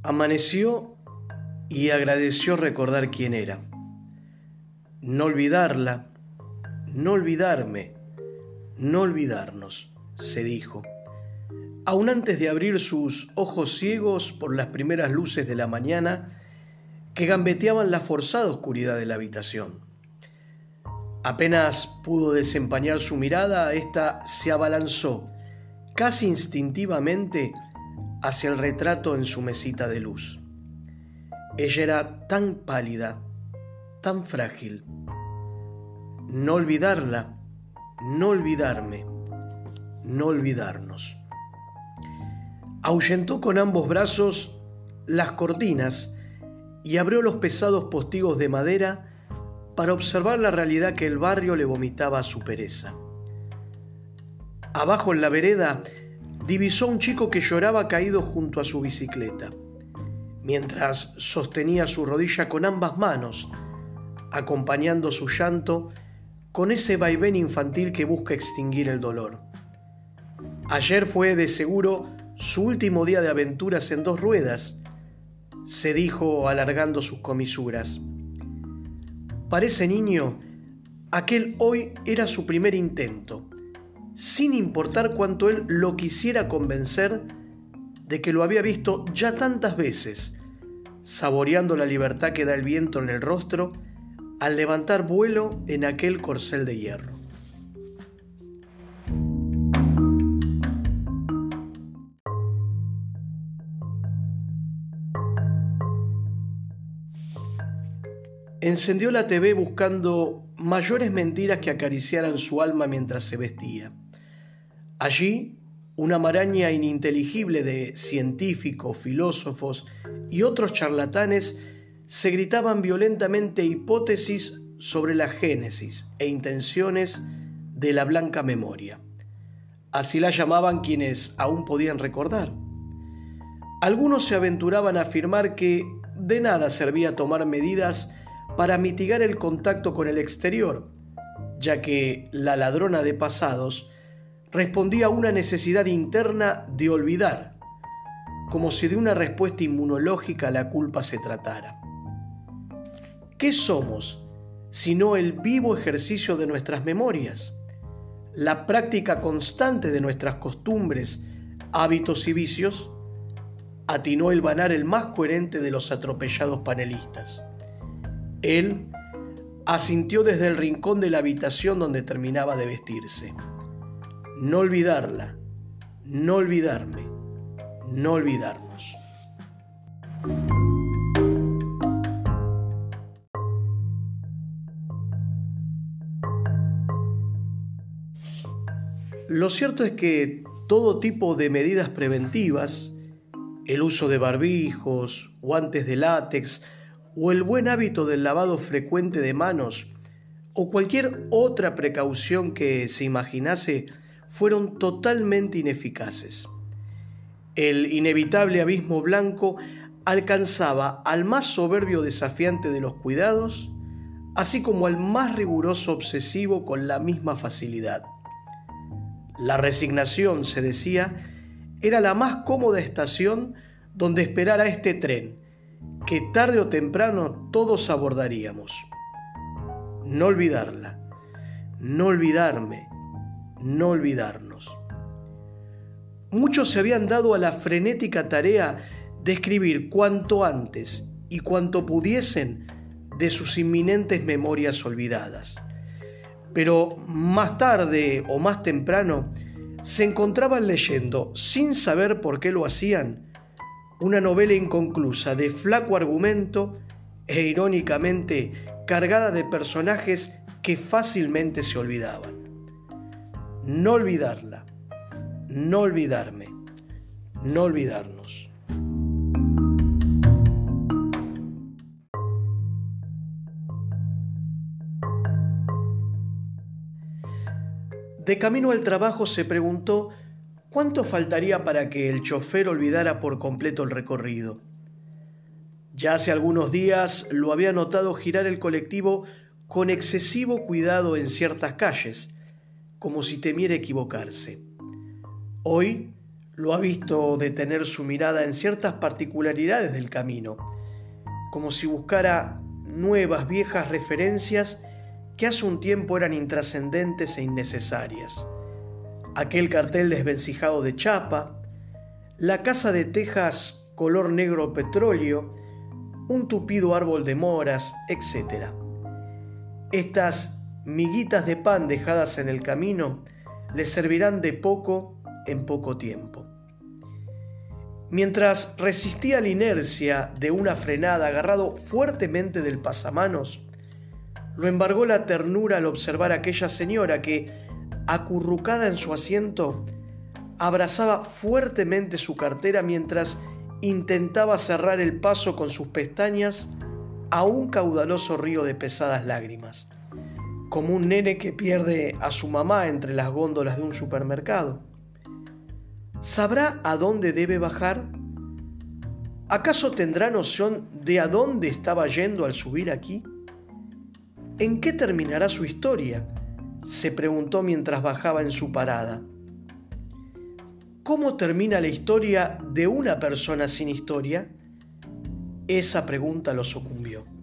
Amaneció y agradeció recordar quién era. No olvidarla, no olvidarme, no olvidarnos, se dijo, aún antes de abrir sus ojos ciegos por las primeras luces de la mañana que gambeteaban la forzada oscuridad de la habitación. Apenas pudo desempañar su mirada, ésta se abalanzó, casi instintivamente, hacia el retrato en su mesita de luz. Ella era tan pálida, tan frágil. No olvidarla, no olvidarme, no olvidarnos. Ahuyentó con ambos brazos las cortinas y abrió los pesados postigos de madera para observar la realidad que el barrio le vomitaba a su pereza. Abajo en la vereda divisó a un chico que lloraba caído junto a su bicicleta, mientras sostenía su rodilla con ambas manos, acompañando su llanto con ese vaivén infantil que busca extinguir el dolor. Ayer fue de seguro su último día de aventuras en dos ruedas, se dijo alargando sus comisuras. Para ese niño, aquel hoy era su primer intento, sin importar cuánto él lo quisiera convencer de que lo había visto ya tantas veces, saboreando la libertad que da el viento en el rostro al levantar vuelo en aquel corcel de hierro. Encendió la TV buscando mayores mentiras que acariciaran su alma mientras se vestía. Allí, una maraña ininteligible de científicos, filósofos y otros charlatanes se gritaban violentamente hipótesis sobre la génesis e intenciones de la blanca memoria. Así la llamaban quienes aún podían recordar. Algunos se aventuraban a afirmar que de nada servía tomar medidas para mitigar el contacto con el exterior, ya que la ladrona de pasados respondía a una necesidad interna de olvidar, como si de una respuesta inmunológica a la culpa se tratara. ¿Qué somos sino el vivo ejercicio de nuestras memorias, la práctica constante de nuestras costumbres, hábitos y vicios? Atinó a hilvanar el más coherente de los atropellados panelistas. Él asintió desde el rincón de la habitación donde terminaba de vestirse. No olvidarla, no olvidarme, no olvidarnos. Lo cierto es que todo tipo de medidas preventivas, el uso de barbijos, guantes de látex o el buen hábito del lavado frecuente de manos o cualquier otra precaución que se imaginase fueron totalmente ineficaces. El inevitable abismo blanco alcanzaba al más soberbio desafiante de los cuidados, así como al más riguroso obsesivo con la misma facilidad. La resignación, se decía, era la más cómoda estación donde esperar a este tren, que tarde o temprano todos abordaríamos. No olvidarla, no olvidarme, no olvidarnos. Muchos se habían dado a la frenética tarea de escribir cuanto antes y cuanto pudiesen de sus inminentes memorias olvidadas. Pero más tarde o más temprano se encontraban leyendo, sin saber por qué lo hacían, una novela inconclusa de flaco argumento e irónicamente cargada de personajes que fácilmente se olvidaban. No olvidarla, no olvidarme, no olvidarnos. De camino al trabajo se preguntó cuánto faltaría para que el chofer olvidara por completo el recorrido. Ya hace algunos días lo había notado girar el colectivo con excesivo cuidado en ciertas calles, como si temiera equivocarse. Hoy Lo ha visto detener su mirada en ciertas particularidades del camino, como si buscara nuevas, viejas referencias que hace un tiempo eran intrascendentes e innecesarias. Aquel cartel desvencijado de chapa, la casa de tejas color negro petróleo, un tupido árbol de moras, etc. Estas miguitas de pan dejadas en el camino le servirán de poco en poco tiempo. Mientras resistía la inercia de una frenada agarrado fuertemente del pasamanos, lo embargó la ternura al observar a aquella señora que, acurrucada en su asiento, abrazaba fuertemente su cartera mientras intentaba cerrar el paso con sus pestañas a un caudaloso río de pesadas lágrimas, como un nene que pierde a su mamá entre las góndolas de un supermercado. ¿Sabrá a dónde debe bajar? ¿Acaso tendrá noción de a dónde estaba yendo al subir aquí? ¿En qué terminará su historia?, se preguntó mientras bajaba en su parada. ¿Cómo termina la historia de una persona sin historia? Esa pregunta lo sucumbió.